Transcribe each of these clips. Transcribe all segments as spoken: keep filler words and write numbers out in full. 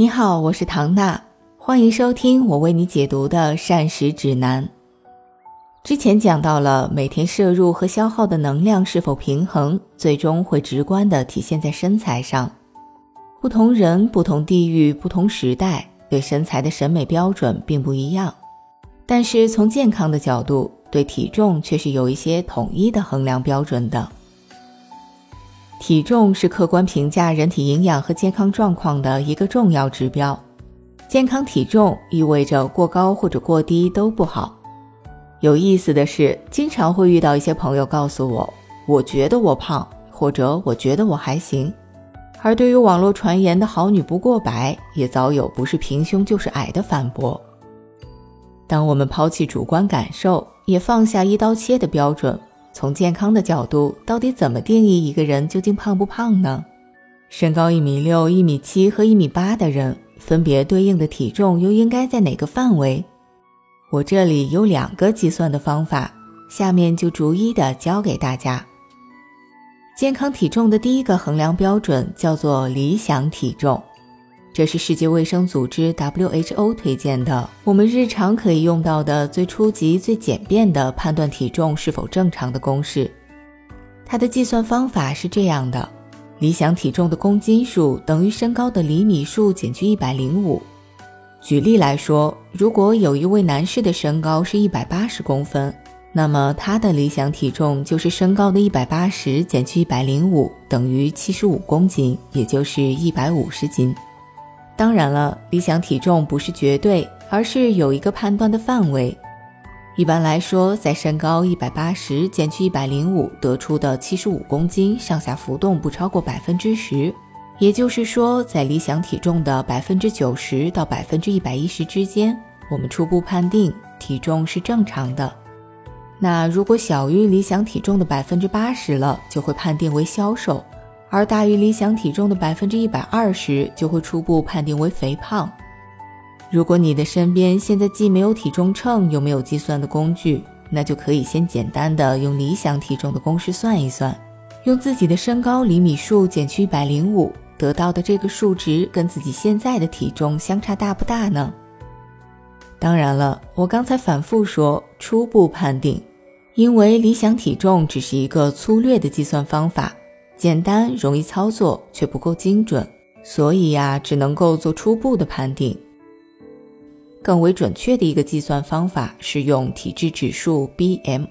你好，我是唐娜，欢迎收听我为你解读的膳食指南。之前讲到了每天摄入和消耗的能量是否平衡，最终会直观地体现在身材上。不同人、不同地域、不同时代，对身材的审美标准并不一样。但是从健康的角度，对体重却是有一些统一的衡量标准的。体重是客观评价人体营养和健康状况的一个重要指标。健康体重意味着过高或者过低都不好。有意思的是，经常会遇到一些朋友告诉我，我觉得我胖，或者我觉得我还行。而对于网络传言的好女不过百，也早有不是平胸就是矮的反驳。当我们抛弃主观感受，也放下一刀切的标准，从健康的角度，到底怎么定义一个人究竟胖不胖呢？身高一米六、一米七和一米八的人，分别对应的体重又应该在哪个范围？我这里有两个计算的方法，下面就逐一的教给大家。健康体重的第一个衡量标准叫做理想体重，这是世界卫生组织 W H O 推荐的，我们日常可以用到的最初级、最简便的判断体重是否正常的公式。它的计算方法是这样的：理想体重的公斤数等于身高的厘米数减去一百零五。举例来说，如果有一位男士的身高是一百八十公分，那么他的理想体重就是身高的一百八十减去一百零五，等于七十五公斤，也就是一百五十斤。当然了，理想体重不是绝对，而是有一个判断的范围。一般来说，在身高一百八十减去一百零五得出的七十五公斤上下浮动不超过百分之十，也就是说，在理想体重的百分之九十到百分之一百一十之间，我们初步判定体重是正常的。那如果小于理想体重的百分之八十了，就会判定为消瘦。而大于理想体重的百分之一百二十，就会初步判定为肥胖。如果你的身边现在既没有体重秤，又没有计算的工具，那就可以先简单的用理想体重的公式算一算，用自己的身高厘米数减去一百零五，得到的这个数值跟自己现在的体重相差大不大呢？当然了，我刚才反复说初步判定，因为理想体重只是一个粗略的计算方法，简单容易操作，却不够精准，所以呀、啊，只能够做初步的判定。更为准确的一个计算方法是用体质指数 B M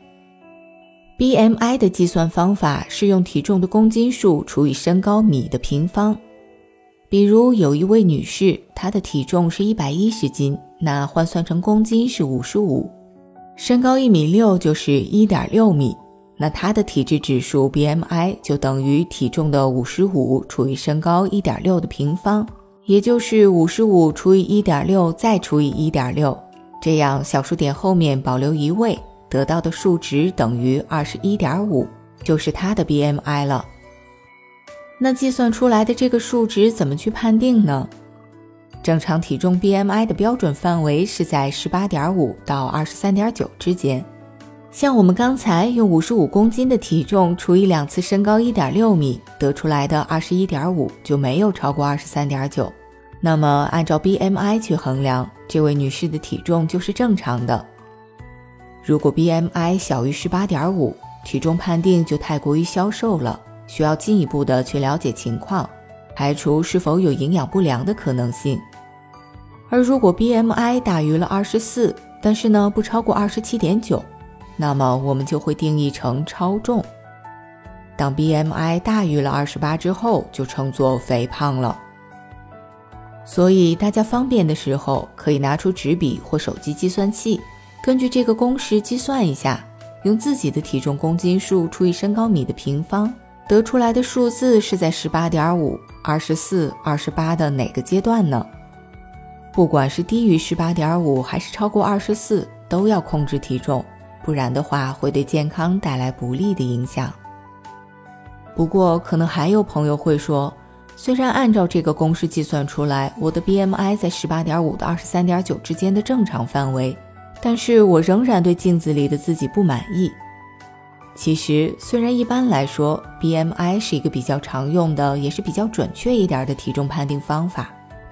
I。B M I 的计算方法是用体重的公斤数除以身高米的平方。比如有一位女士，她的体重是一百一十斤，那换算成公斤是五十五，身高一米六就是 一点六米。那它的体质指数 B M I 就等于体重的五十五除以身高 一点六 的平方，也就是五十五除以 一点六 再除以 一点六， 这样小数点后面保留一位，得到的数值等于 二十一点五， 就是它的 B M I 了。那计算出来的这个数值怎么去判定呢？正常体重 B M I 的标准范围是在 十八点五 到 二十三点九 之间。像我们刚才用五十五公斤的体重除以两次身高 一点六米得出来的 二十一点五 就没有超过 二十三点九， 那么按照 B M I 去衡量，这位女士的体重就是正常的。如果 B M I 小于 十八点五， 体重判定就太过于消瘦了，需要进一步的去了解情况，排除是否有营养不良的可能性。而如果 B M I 大于了二十四，但是呢不超过 二十七点九，那么我们就会定义成超重。当 B M I 大于了二十八之后，就称作肥胖了。所以大家方便的时候，可以拿出纸笔或手机计算器，根据这个公式计算一下，用自己的体重公斤数除以身高米的平方，得出来的数字是在 十八点五、二十四、二十八的哪个阶段呢？不管是低于 十八点五 还是超过二十四，都要控制体重，不然的话会对健康带来不利的影响。不过可能还有朋友会说，虽然按照这个公式计算出来，我的 B M I 在 十八点五 到 二十三点九 之间的正常范围，但是我仍然对镜子里的自己不满意。其实虽然一般来说 B M I 是一个比较常用的，也是比较准确一点的体重判定方法，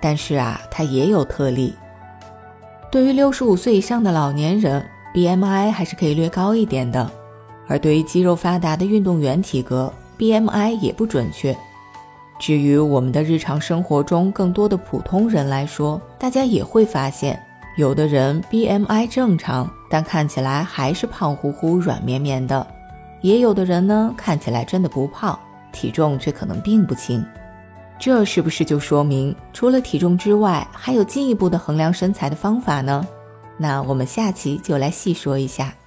但是啊，它也有特例。对于六十五岁以上的老年人， B M I 还是可以略高一点的，而对于肌肉发达的运动员体格， B M I 也不准确。至于我们的日常生活中更多的普通人来说，大家也会发现，有的人 B M I 正常，但看起来还是胖乎乎软绵绵的，也有的人呢，看起来真的不胖，体重却可能并不轻。这是不是就说明除了体重之外，还有进一步的衡量身材的方法呢？那我们下期就来细说一下。